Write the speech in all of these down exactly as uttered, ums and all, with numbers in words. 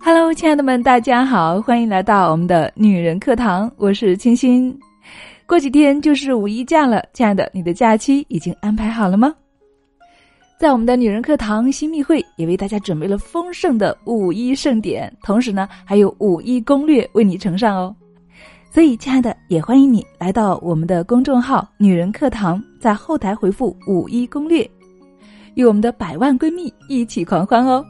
Hello， 亲爱的们，大家好，欢迎来到我们的女人课堂，我是清新。过几天就是五一假了，亲爱的，你的假期已经安排好了吗？在我们的女人课堂新密会也为大家准备了丰盛的五一盛典，同时呢还有五一攻略为你呈上哦。所以亲爱的，也欢迎你来到我们的公众号女人课堂，在后台回复五一攻略，与我们的百万闺蜜一起狂欢哦。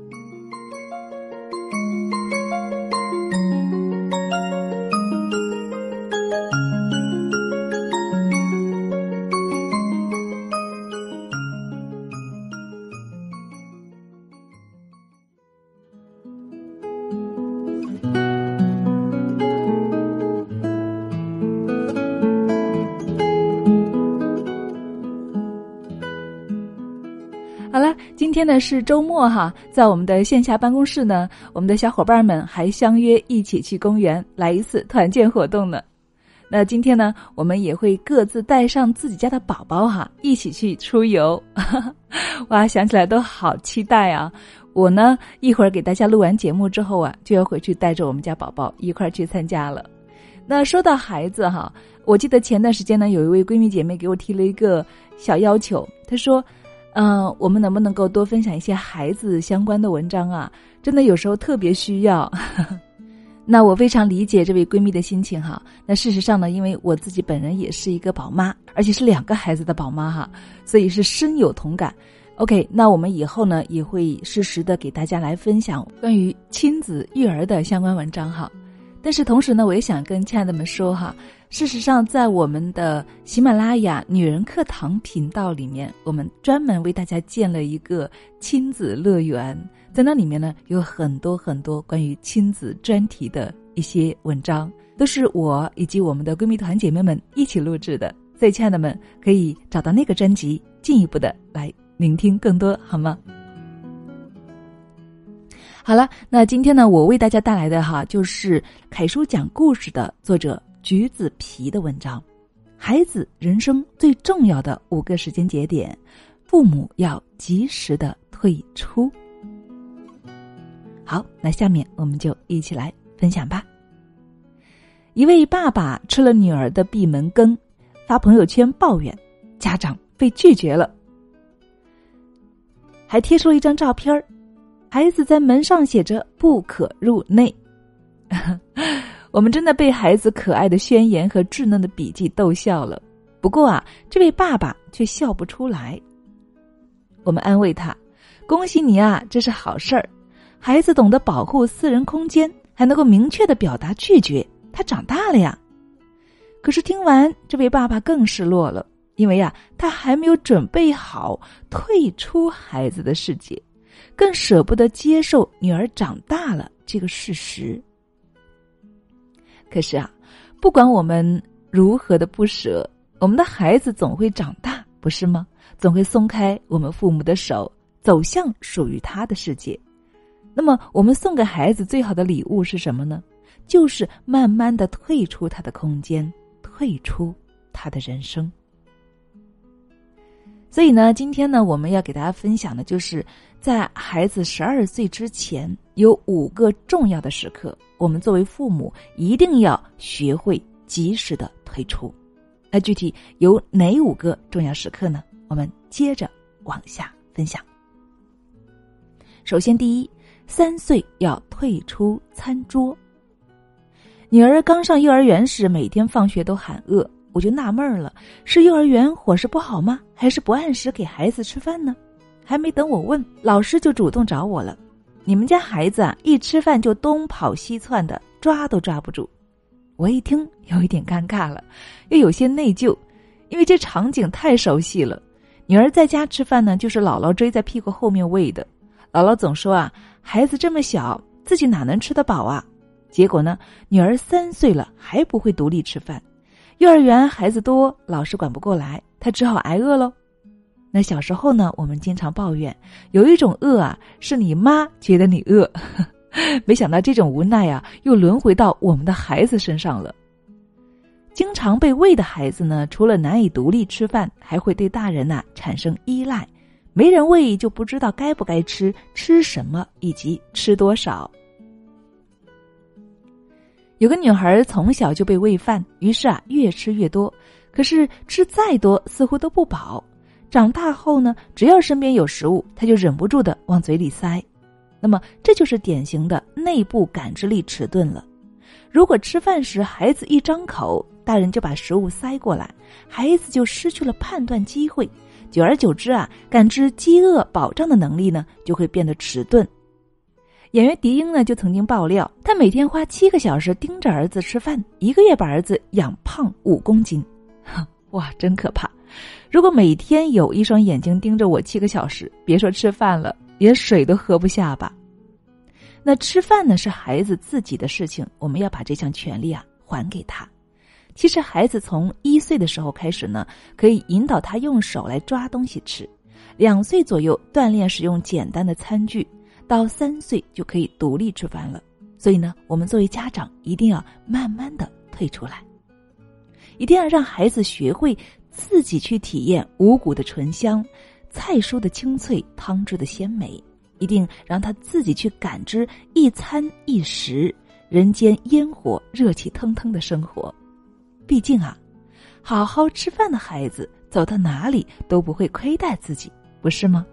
好了，今天呢是周末哈，在我们的线下办公室呢，我们的小伙伴们还相约一起去公园来一次团建活动呢。那今天呢，我们也会各自带上自己家的宝宝哈，一起去出游。哇，想起来都好期待啊！我呢，一会儿给大家录完节目之后啊，就要回去带着我们家宝宝一块儿去参加了。那说到孩子哈，我记得前段时间呢，有一位闺蜜姐妹给我提了一个小要求，她说嗯、呃，我们能不能够多分享一些孩子相关的文章啊？真的有时候特别需要。那我非常理解这位闺蜜的心情哈。那事实上呢，因为我自己本人也是一个宝妈，而且是两个孩子的宝妈哈，所以是深有同感。OK， 那我们以后呢也会适时的给大家来分享关于亲子育儿的相关文章哈。但是同时呢，我也想跟亲爱的们说哈，事实上在我们的喜马拉雅女人课堂频道里面，我们专门为大家建了一个亲子乐园，在那里面呢有很多很多关于亲子专题的一些文章，都是我以及我们的闺蜜团姐妹们一起录制的，所以亲爱的们可以找到那个专辑进一步的来聆听更多好吗？好了，那今天呢，我为大家带来的哈，就是凯叔讲故事的作者橘子皮的文章，孩子人生最重要的五个时间节点，父母要及时的退出。好，那下面我们就一起来分享吧。一位爸爸吃了女儿的闭门羹，发朋友圈抱怨家长被拒绝了，还贴出了一张照片，孩子在门上写着不可入内。我们真的被孩子可爱的宣言和稚嫩的笔记逗笑了，不过啊，这位爸爸却笑不出来。我们安慰他，恭喜你啊，这是好事儿，孩子懂得保护私人空间，还能够明确地表达拒绝，他长大了呀。可是听完，这位爸爸更失落了，因为啊，他还没有准备好退出孩子的世界，更舍不得接受女儿长大了这个事实。可是啊，不管我们如何的不舍，我们的孩子总会长大，不是吗？总会松开我们父母的手，走向属于他的世界。那么我们送给孩子最好的礼物是什么呢？就是慢慢的退出他的空间，退出他的人生。所以呢，今天呢，我们要给大家分享的就是在孩子十二岁之前，有五个重要的时刻，我们作为父母一定要学会及时的退出。那具体有哪五个重要时刻呢？我们接着往下分享。首先第一，三岁要退出餐桌。女儿刚上幼儿园时，每天放学都喊饿，我就纳闷了，是幼儿园伙食不好吗？还是不按时给孩子吃饭呢？还没等我问，老师就主动找我了。你们家孩子啊，一吃饭就东跑西窜的，抓都抓不住。我一听有一点尴尬了，又有些内疚，因为这场景太熟悉了。女儿在家吃饭呢，就是姥姥追在屁股后面喂的。姥姥总说啊，孩子这么小，自己哪能吃得饱啊？结果呢，女儿三岁了还不会独立吃饭。幼儿园孩子多，老师管不过来，她只好挨饿喽。那小时候呢，我们经常抱怨，有一种饿啊，是你妈觉得你饿。没想到这种无奈啊，又轮回到我们的孩子身上了。经常被喂的孩子呢，除了难以独立吃饭，还会对大人呐、啊、产生依赖。没人喂就不知道该不该吃，吃什么以及吃多少。 有个女孩从小就被喂饭，于是啊越吃越多，可是吃再多似乎都不饱。长大后呢，只要身边有食物，她就忍不住的往嘴里塞。那么这就是典型的内部感知力迟钝了。如果吃饭时孩子一张口，大人就把食物塞过来，孩子就失去了判断机会，久而久之啊，感知饥饿饱胀的能力呢就会变得迟钝。演员狄英呢就曾经爆料，他每天花七个小时盯着儿子吃饭，一个月把儿子养胖五公斤。哇，真可怕！如果每天有一双眼睛盯着我七个小时，别说吃饭了，连水都喝不下吧。那吃饭呢是孩子自己的事情，我们要把这项权利啊还给他。其实孩子从一岁的时候开始呢，可以引导他用手来抓东西吃，两岁左右锻炼使用简单的餐具，到三岁就可以独立吃饭了。所以呢，我们作为家长一定要慢慢的退出来，一定要让孩子学会自己去体验五谷的醇香，菜蔬的清脆，汤汁的鲜美，一定让他自己去感知一餐一食，人间烟火，热气腾腾的生活。毕竟啊，好好吃饭的孩子走到哪里都不会亏待自己，不是吗？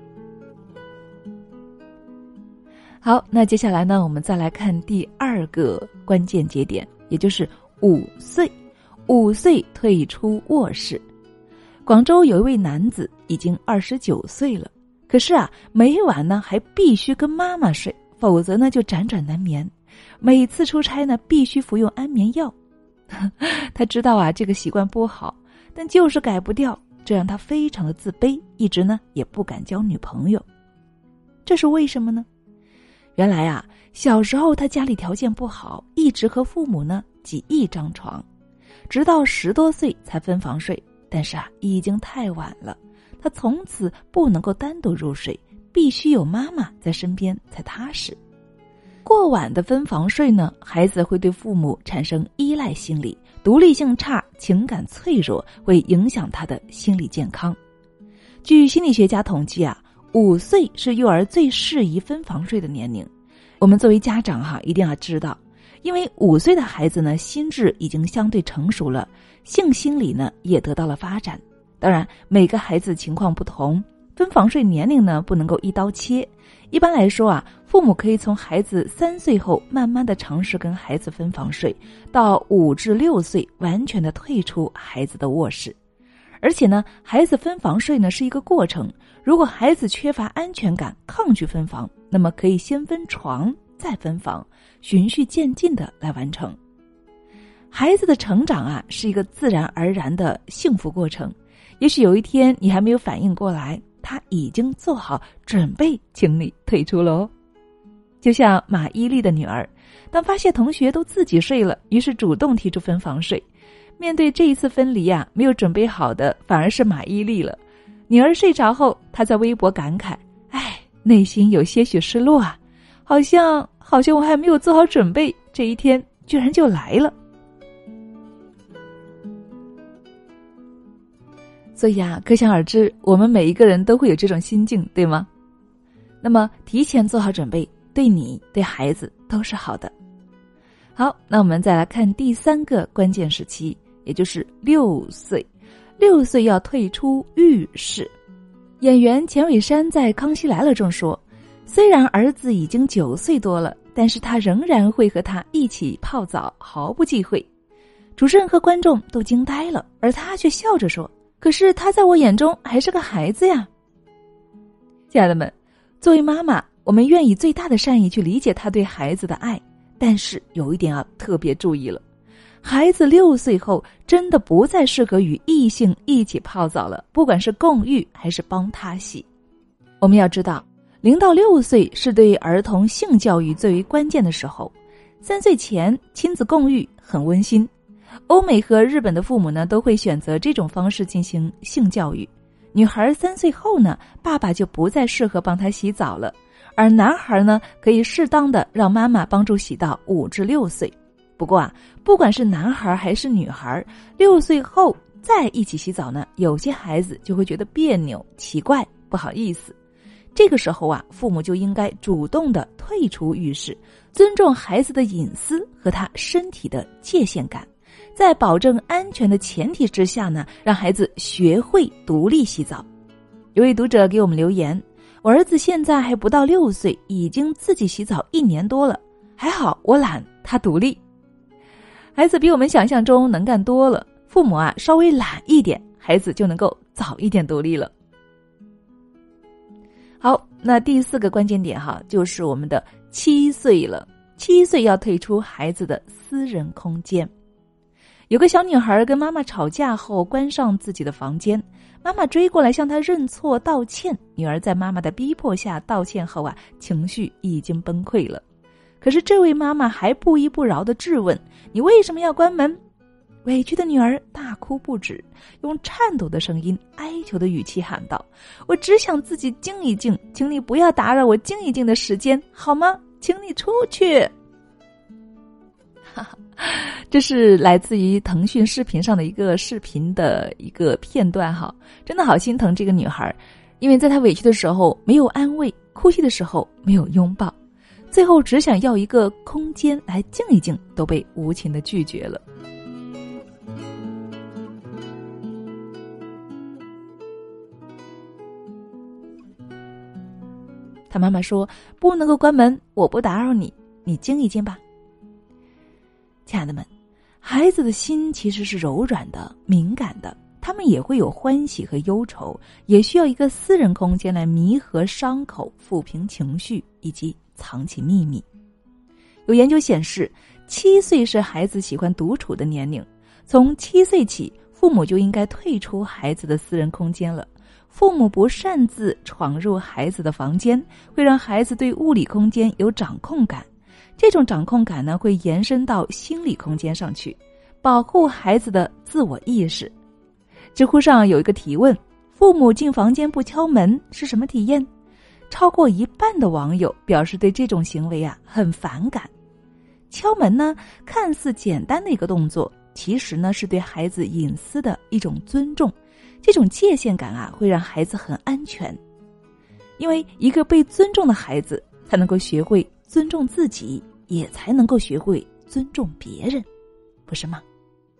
好，那接下来呢，我们再来看第二个关键节点，也就是五岁。五岁退出卧室。广州有一位男子已经二十九岁了，可是啊，每晚呢还必须跟妈妈睡，否则呢就辗转难眠。每次出差呢必须服用安眠药。他知道啊这个习惯不好，但就是改不掉，这让他非常的自卑，一直呢也不敢交女朋友。这是为什么呢？原来啊，小时候他家里条件不好，一直和父母呢挤一张床，直到十多岁才分房睡。但是啊，已经太晚了，他从此不能够单独入睡，必须有妈妈在身边才踏实。过晚的分房睡呢，孩子会对父母产生依赖心理，独立性差，情感脆弱，会影响他的心理健康。据心理学家统计啊，五岁是幼儿最适宜分房睡的年龄。我们作为家长哈、啊，一定要知道，因为五岁的孩子呢，心智已经相对成熟了，性心理呢也得到了发展。当然，每个孩子情况不同，分房睡年龄呢不能够一刀切。一般来说啊，父母可以从孩子三岁后慢慢的尝试跟孩子分房睡，到五至六岁完全的退出孩子的卧室。而且呢，孩子分房睡呢是一个过程，如果孩子缺乏安全感，抗拒分房，那么可以先分床再分房，循序渐进的来完成。孩子的成长啊是一个自然而然的幸福过程，也许有一天你还没有反应过来，他已经做好准备请你退出了哦。就像马伊琍的女儿，当发现同学都自己睡了，于是主动提出分房睡。面对这一次分离啊，没有准备好的反而是马伊琍了。女儿睡着后，她在微博感慨，唉，内心有些许失落啊，好像好像我还没有做好准备，这一天居然就来了。所以啊，可想而知，我们每一个人都会有这种心境，对吗？那么提前做好准备，对你对孩子都是好的。好，那我们再来看第三个关键时期，也就是六岁。六岁要退出浴室。演员钱伟山在《康熙来了》中说，虽然儿子已经九岁多了，但是他仍然会和他一起泡澡，毫不忌讳。主持人和观众都惊呆了，而他却笑着说，可是他在我眼中还是个孩子呀。亲爱的们，作为妈妈，我们愿以最大的善意去理解他对孩子的爱，但是有一点要特别注意了，孩子六岁后真的不再适合与异性一起泡澡了，不管是共浴还是帮他洗。我们要知道，零到六岁是对儿童性教育最为关键的时候，三岁前亲子共浴很温馨。欧美和日本的父母呢，都会选择这种方式进行性教育。女孩三岁后呢，爸爸就不再适合帮她洗澡了，而男孩呢，可以适当的让妈妈帮助洗到五至六岁。不过啊，不管是男孩还是女孩，六岁后再一起洗澡呢，有些孩子就会觉得别扭、奇怪、不好意思。 这个时候啊，父母就应该主动的退出浴室，尊重孩子的隐私和他身体的界限感，在保证安全的前提之下呢，让孩子学会独立洗澡。有位读者给我们留言，我儿子现在还不到六岁，已经自己洗澡一年多了，还好我懒，他独立。孩子比我们想象中能干多了，父母啊稍微懒一点，孩子就能够早一点独立了。好，那第四个关键点哈，就是我们的七岁了，七岁要退出孩子的私人空间。有个小女孩跟妈妈吵架后关上自己的房间，妈妈追过来向她认错道歉，女儿在妈妈的逼迫下道歉后啊，情绪已经崩溃了。可是这位妈妈还不依不饶地质问，你为什么要关门？委屈的女儿大哭不止，用颤抖的声音哀求的语气喊道，我只想自己静一静，请你不要打扰我静一静的时间好吗？请你出去。这是来自于腾讯视频上的一个视频的一个片段哈，真的好心疼这个女孩，因为在她委屈的时候没有安慰，哭泣的时候没有拥抱，最后只想要一个空间来静一静，都被无情的拒绝了。他妈妈说，不能够关门，我不打扰你，你静一静吧。亲爱的们，孩子的心其实是柔软的、敏感的，他们也会有欢喜和忧愁，也需要一个私人空间来弥合伤口、抚平情绪以及藏起秘密。有研究显示，七岁是孩子喜欢独处的年龄，从七岁起，父母就应该退出孩子的私人空间了。父母不擅自闯入孩子的房间，会让孩子对物理空间有掌控感，这种掌控感呢，会延伸到心理空间上去，保护孩子的自我意识。知乎上有一个提问，父母进房间不敲门是什么体验？超过一半的网友表示对这种行为啊很反感。敲门呢，看似简单的一个动作，其实呢是对孩子隐私的一种尊重，这种界限感啊会让孩子很安全。因为一个被尊重的孩子才能够学会尊重自己，也才能够学会尊重别人，不是吗？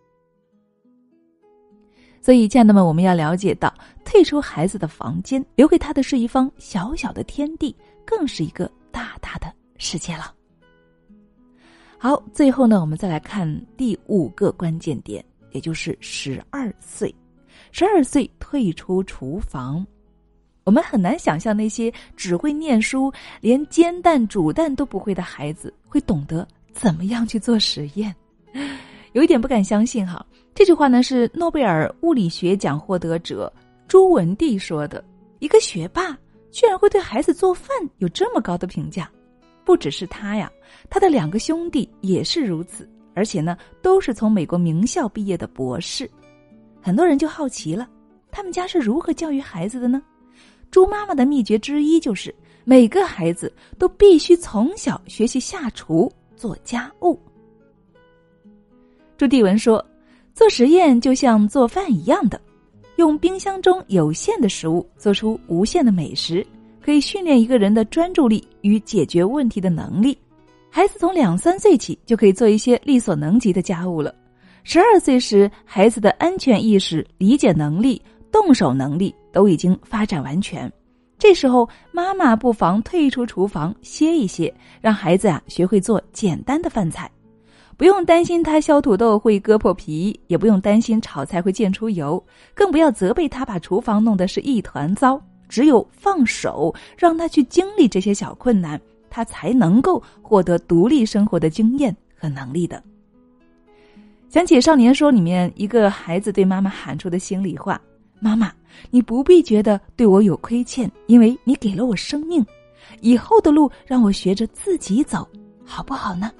所以亲爱的们，我们要了解到，退出孩子的房间，留给他的是一方小小的天地，更是一个大大的世界了。好，最后呢，我们再来看第五个关键点，也就是十二岁。十二岁退出厨房。我们很难想象那些只会念书，连煎蛋煮蛋都不会的孩子会懂得怎么样去做实验。有一点不敢相信哈，这句话呢是诺贝尔物理学奖获得者朱文帝说的。一个学霸居然会对孩子做饭有这么高的评价。不只是他呀，他的两个兄弟也是如此，而且呢都是从美国名校毕业的博士。很多人就好奇了，他们家是如何教育孩子的呢？猪妈妈的秘诀之一就是每个孩子都必须从小学习下厨做家务。朱棣文说，做实验就像做饭一样的，用冰箱中有限的食物做出无限的美食，可以训练一个人的专注力与解决问题的能力。孩子从两三岁起就可以做一些力所能及的家务了。十二岁时，孩子的安全意识、理解能力、动手能力都已经发展完全。这时候，妈妈不妨退出厨房歇一歇，让孩子啊学会做简单的饭菜。不用担心他削土豆会割破皮，也不用担心炒菜会溅出油，更不要责备他把厨房弄得是一团糟。只有放手，让他去经历这些小困难，他才能够获得独立生活的经验和能力的。想起《少年说》里面一个孩子对妈妈喊出的心里话，妈妈，你不必觉得对我有亏欠，因为你给了我生命，以后的路让我学着自己走，好不好呢？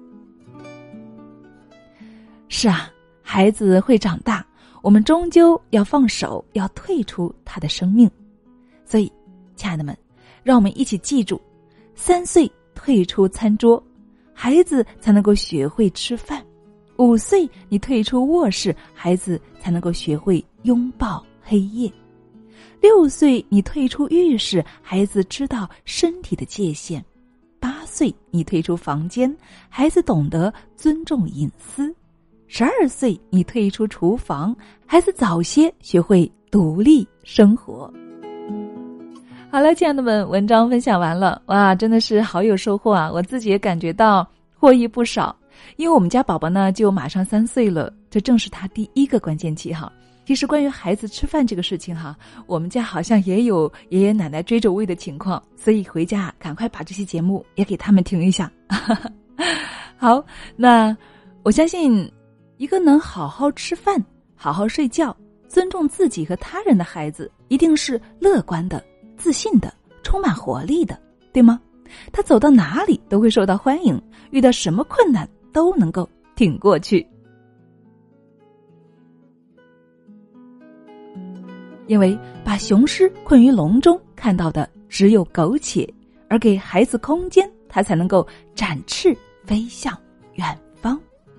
是啊，孩子会长大，我们终究要放手，要退出他的生命。所以亲爱的们，让我们一起记住，三岁退出餐桌，孩子才能够学会吃饭；五岁你退出卧室，孩子才能够学会拥抱黑夜； 六岁你退出浴室，孩子知道身体的界限；八岁你退出房间，孩子懂得尊重隐私；十二岁你退出厨房，孩子早些学会独立生活。好了，亲爱的们，文章分享完了，哇，真的是好有收获啊！我自己也感觉到获益不少，因为我们家宝宝呢就马上三岁了，这正是他第一个关键期哈。其实关于孩子吃饭这个事情哈，我们家好像也有爷爷奶奶追着喂的情况，所以回家赶快把这期节目也给他们听一下。好，那我相信一个能好好吃饭、好好睡觉、尊重自己和他人的孩子，一定是乐观的、自信的、充满活力的，对吗？他走到哪里都会受到欢迎，遇到什么困难都能够挺过去。因为把雄狮困于笼中，看到的只有苟且，而给孩子空间，他才能够展翅飞向远方。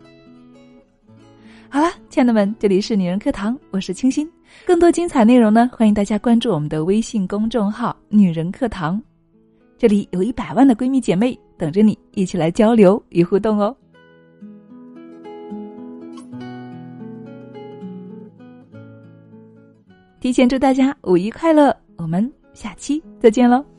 好了，亲爱的们，这里是女人课堂，我是清心。更多精彩内容呢，欢迎大家关注我们的微信公众号女人课堂，这里有一百万的闺蜜姐妹等着你一起来交流与互动哦。提前祝大家五一快乐，我们下期再见喽。